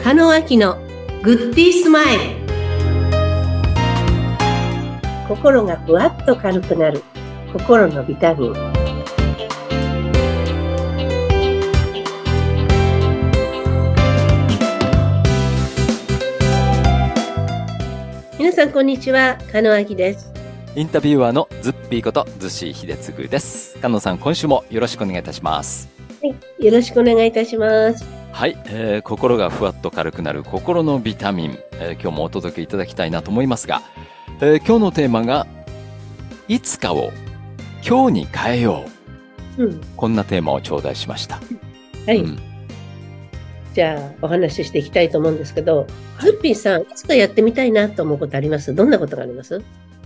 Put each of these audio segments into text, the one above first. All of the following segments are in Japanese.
加納明のグッディースマイル。心がふわっと軽くなる心のビタミン。皆さんこんにちは、加納明です。 インタビュアーのズッピーことズシ秀嗣です。加納さん、今週もよろしくお願いいたします。 はい、よろしくお願いいたします。 はい、心がふわっと軽くなる心のビタミン、今日もお届けいただきたいなと思いますが、今日のテーマがいつかを今日に変えよう、こんなテーマを頂戴しました。 はい、じゃあお話ししていきたいと思うんですけど、ズッピーさん、いつかやってみたいなと思うことあります？どんなことがあります？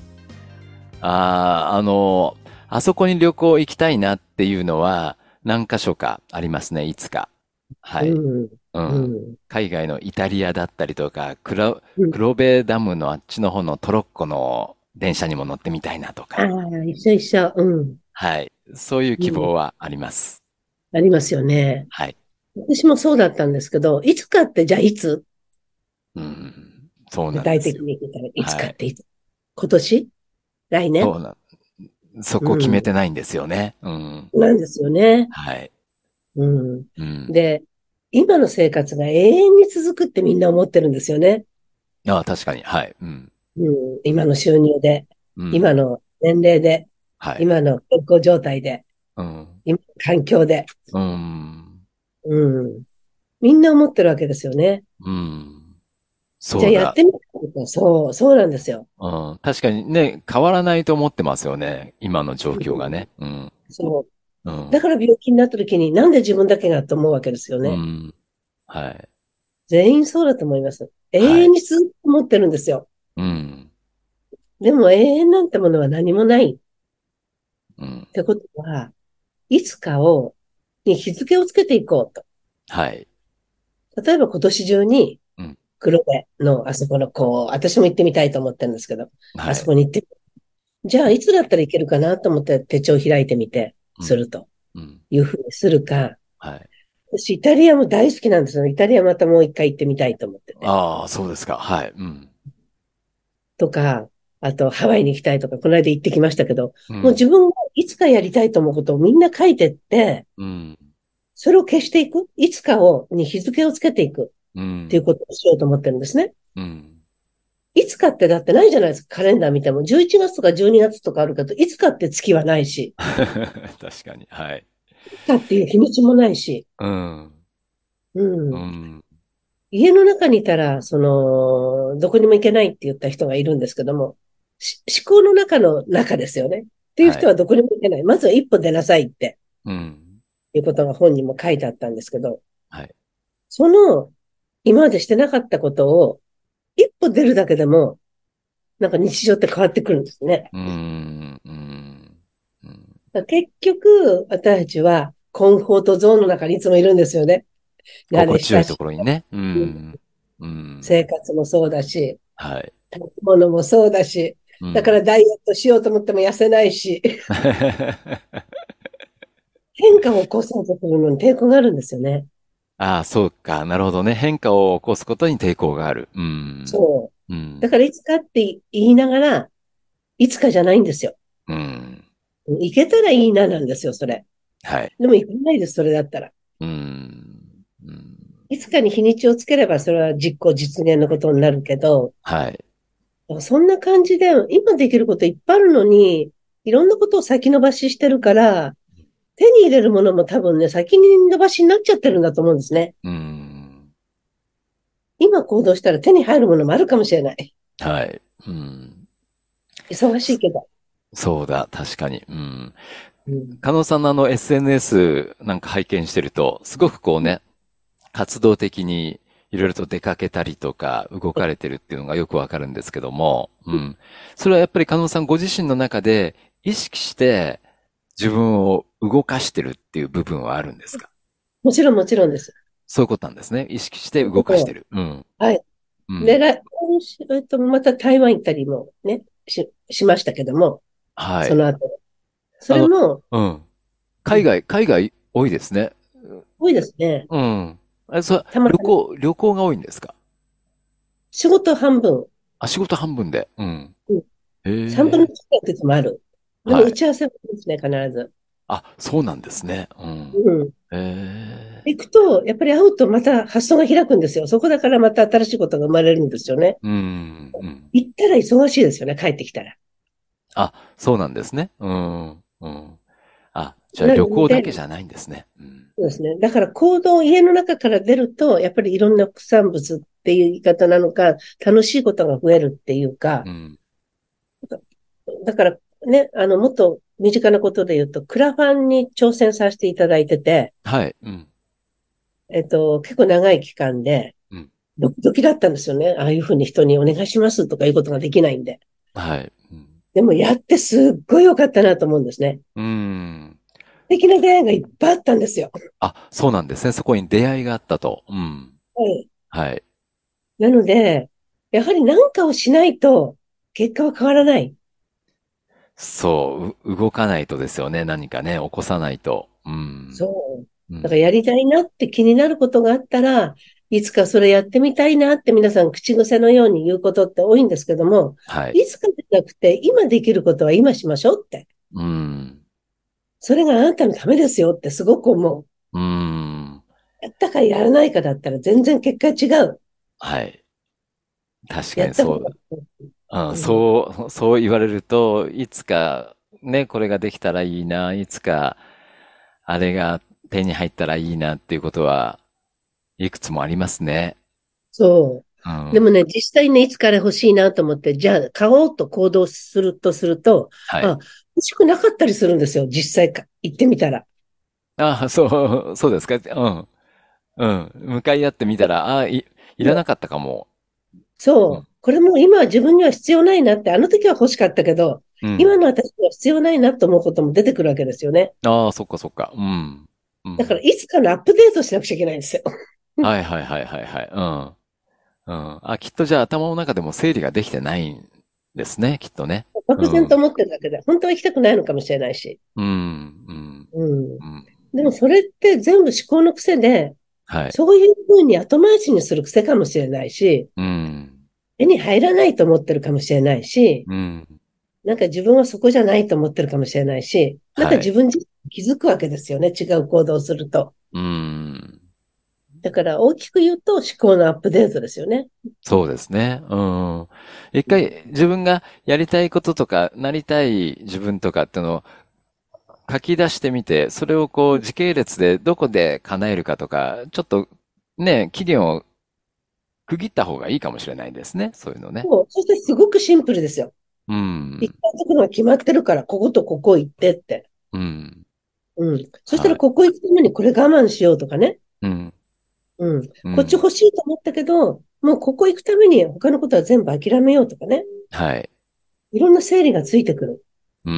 あそこに旅行行きたいなっていうのは何箇所かありますね、いつか。はい。海外のイタリアだったりとか、黒部ダムのあっちの方のトロッコの電車にも乗ってみたいなとか。 一緒一緒。 はい。そういう希望はあります。 ありますよね。 はい。 私もそうだったんですけど、いつかってじゃあいつ？ そうなん具体ですよ。 的に言ったらいつかっていつ？今年？来年？ そこ決めてないんですよね。 なんですよね。 はい。 で、今の生活が永遠に続くってみんな思ってるんですよね。 確かに。はい。 今の収入で、今の年齢で、今の健康状態で、今の環境で、みんな思ってるわけですよね。じゃあやってみたら、そうなんですよ。 確かにね、変わらないと思ってますよね。今の状況がね。 そう。だから病気になった時に、なんで自分だけがと思うわけですよね。 はい。 全員そうだと思います。永遠に続くと思ってるんですよ。でも永遠なんてものは何もない。ってことは、いつかに日付をつけていこうと。 はい。 例えば今年中に、黒部のあそこの私も行ってみたいと思ってるんですけど、あそこに行って、じゃあいつだったらいけるかなと思って手帳を開いてみて、するというふうにするか、私イタリアも大好きなんですよ。イタリアまたもう一回行ってみたいと思ってて。 そうですか。はい。 とか、あとハワイに行きたいとか、この間行ってきましたけど、もう自分がいつかやりたいと思うことをみんな書いてって、それを消していく、いつかに日付をつけていくっていうことをしようと思ってるんですね。いつかってだってないじゃないですか、カレンダー見ても。11月とか12月とかあるけど、いつかって月はないし。 確かに。はい。 いつかっていう日にちもないし。家の中にいたら、どこにも行けないって言った人がいるんですけども、思考の中の中ですよね。っていう人はどこにも行けない。まずは一歩出なさいって。いうことが本にも書いてあったんですけど、今までしてなかったことを、一歩出るだけでも、なんか日常って変わってくるんですね。結局、私たちはコンフォートゾーンの中にいつもいるんですよね。 心地よいところにね。 生活もそうだし、食べ物もそうだし、だからダイエットしようと思っても痩せないし、変化を起こそうとするのに抵抗があるんですよね。 そうか。なるほどね。変化を起こすことに抵抗がある。 そう。だからいつかって言いながら、いつかじゃないんですよ。行けたらいいななんですよ、それ。でも行かないです、それだったら。いつかに日にちをつければ、それは実行実現のことになるけど、そんな感じで、今できることいっぱいあるのに、いろんなことを先延ばししてるから、手に入れるものも多分ね、先に延ばしになっちゃってるんだと思うんですね。今行動したら手に入るものもあるかもしれない。忙しいけど。 そうだ、確かに。加納さんのSNS なんか拝見してると、すごく活動的にいろいろと出かけたりとか動かれてるっていうのがよくわかるんですけども、それはやっぱり加納さんご自身の中で意識して自分を動かしてるっていう部分はあるんですか？ もちろんもちろんです。 そういうことなんですね。意識して動かしてる。 はい。で、また台湾行ったりもね、しましたけども、その後。それも、 海外多いですね。 多いですね。 たまたま。 旅行が多いんですか？ 仕事半分。 あ、仕事半分で。うん。 うん。 へ 3分のえ。 1の時もある。でもはい。 打ち合わせはですね、必ず。 あ、そうなんですね。うん。 うん。 へえ。 行くと、やっぱり会うとまた発想が開くんですよ。そこだからまた新しいことが生まれるんですよね。 うん。うん。 行ったら忙しいですよね、帰ってきたら。 あ、そうなんですね。うん。うん。あ、じゃあな旅行だので、 けじゃないんですね。うん。 そうですね。だから行動、家の中から出ると、やっぱりいろんな副産物っていう言い方なのか、楽しいことが増えるっていうか、 うん。 だからね、もっと身近なことで言うと、クラファンに挑戦させていただいてて、 はい。うん。 結構長い期間で、 うん。 ドキドキだったんですよね。ああいうふうに人にお願いしますとかいうことができないんで。 はい。うん。 でもやってすっごい良かったなと思うんですね。 うん。 素敵な出会いがいっぱいあったんですよ。 あ、そうなんですね。そこに出会いがあったと。うん。 はい。 はい。 なので、やはり何かをしないと結果は変わらない。 そう、動かないとですよね。何かね、起こさないと。うん。 そう。だからやうん。 りたいなって気になることがあったら、いつかそれやってみたいなって皆さん口癖のように言うことって多いんですけども、 はい。 いつかじゃなくて今できることは今しましょうって。 うん。 それがあなたのためですよってすごく思う。 うん。 やったかやらないかだったら全然結果違う。 はい。確かやった方が。 にそう。うん、 うん。 そう言われると、いつかね、これができたらいいな、いつかあれが手に入ったらいいなっていうことはいくつもありますね。 そう。でうん。 もね、実際ね、いつから欲しいなと思って、じゃあ買おうと行動すると、 はい。 あ、欲しくなかったりするんですよ。実際行ってみたら。 あ、そうですか。うん。うん。向かい合ってみたら、いらなかったかも。うん。 そう。これも今は自分には必要ないなって、あの時は欲しかったけど、 うん。 今の私には必要ないなと思うことも出てくるわけですよね。 ああ、そっかそっか。うん。うだから、 ん。 いつかのアップデートしなくちゃいけないんですよ。 はいはいはいはいはい。うん。うん。あ、きっとじゃあ頭の中でも整理ができてないんですね、きっとね。うん。 漠然と思ってるだけで、本当は行きたくないのかもしれないし。 うん。うん。 うん。 うん。 でも、それって全部思考の癖で、 はい。 そういうふうに後回しにする癖かもしれないし、 うん。 手に入らないと思ってるかもしれないし、 うん。 なんか自分はそこじゃないと思ってるかもしれないし、なんかはい。 自分自身気づくわけですよね。違う行動をすると。 うん。 だから大きく言うと思考のアップデートですよね。 そうですね。うん。一回自分がやりたいこととか、なりたい自分とかっていうのを書き出してみて、それをこう時系列でどこで叶えるかとか、ちょっとね、期限を区切った方がいいかもしれないですね。そういうのね。 そう、そしてすごくシンプルですよ。 うん。 行きたいところが決まってるから、こことここ行ってって。 うん。 うん。そしたらはい。 ここ行くためにこれ我慢しようとかね。 うん。 うん。こっちうん。 欲しいと思ったけど、もうここ行くために他のことは全部諦めようとかね。 はい。 いろんな整理がついてくる。 うん。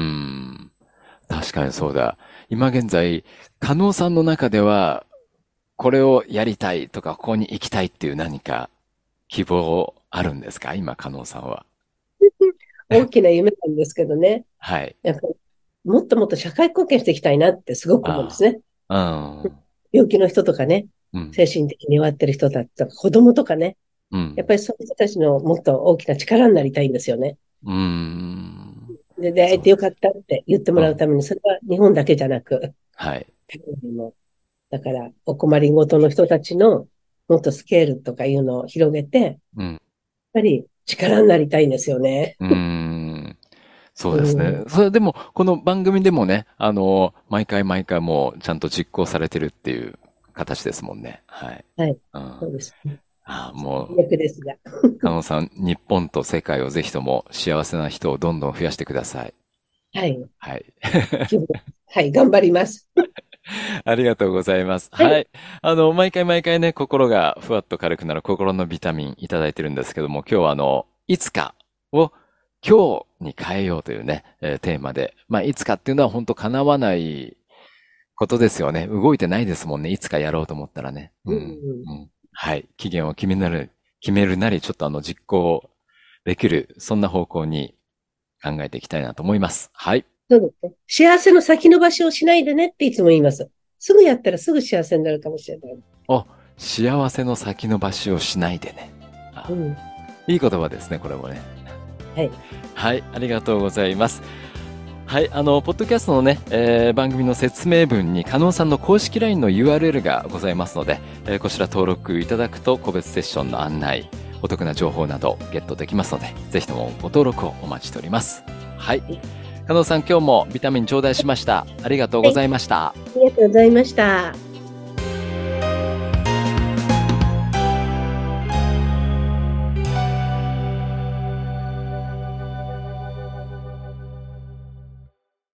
確かにそうだ。今現在、加納さんの中では、これをやりたいとか、ここに行きたいっていう何か希望あるんですか今、加納さんは。 大きな夢なんですけどね。 はい。 やっぱりもっともっと社会貢献していきたいなってすごく思うんですあね。 あ。うん。 病気の人とかね、 うん。 精神的に弱ってる人たちとか、子供とかね。 うん。 やっぱりそういう人たちのもっと大きな力になりたいんですよね。 うーん。 で、出会えそうです。 てよかったって言ってもうん。 らうために、それは日本だけじゃなく、 はい。 世界にもだから、お困りごとの人たちのもっとスケールとかいうのを広げて、やっうん。 ぱり力になりたいんですよね。 うーん。そううですね。 ん。 それでも、この番組でもね、毎回毎回もうちゃんと実行されてるっていう形ですもんね。はい。 はい。 うん。 そうですね。 もう、 最悪ですが。 加納さん、日本と世界をぜひとも幸せな人をどんどん増やしてください。 はい。 はい。 はい、頑張ります。 ありがとうございます。 はい。 はい。毎回毎回ね、心がふわっと軽くなる心のビタミンいただいてるんですけども、今日はいつかを今日に変えようというね、テーマで。まあ、いつかっていうのは本当叶わないことですよね。動いてないですもんね。いつかやろうと思ったらね。ううん。 ん。 うん。はい。期限を決めるなり、ちょっと実行できる、そんな方向に考えていきたいなと思います。はい。 そうですね。幸せの先延ばしをしないでねっていつも言います。すぐやったらすぐ幸せになるかもしれない。 あ、 幸せの先延ばしをしないでね。 うん。 いい言葉ですね、これもね。 はい。 はい、ありがとうございます。はい、ポッドキャストのね、番組の説明文に、加納さんの公式 LINE の URL がございますので、こちら登録いただくと、個別セッションの案内、お得な情報などゲットできますので、ぜひともご登録をお待ちしております。はい。加納さん、今日もビタミン頂戴しました。ありがとうございました。 ありがとうございました。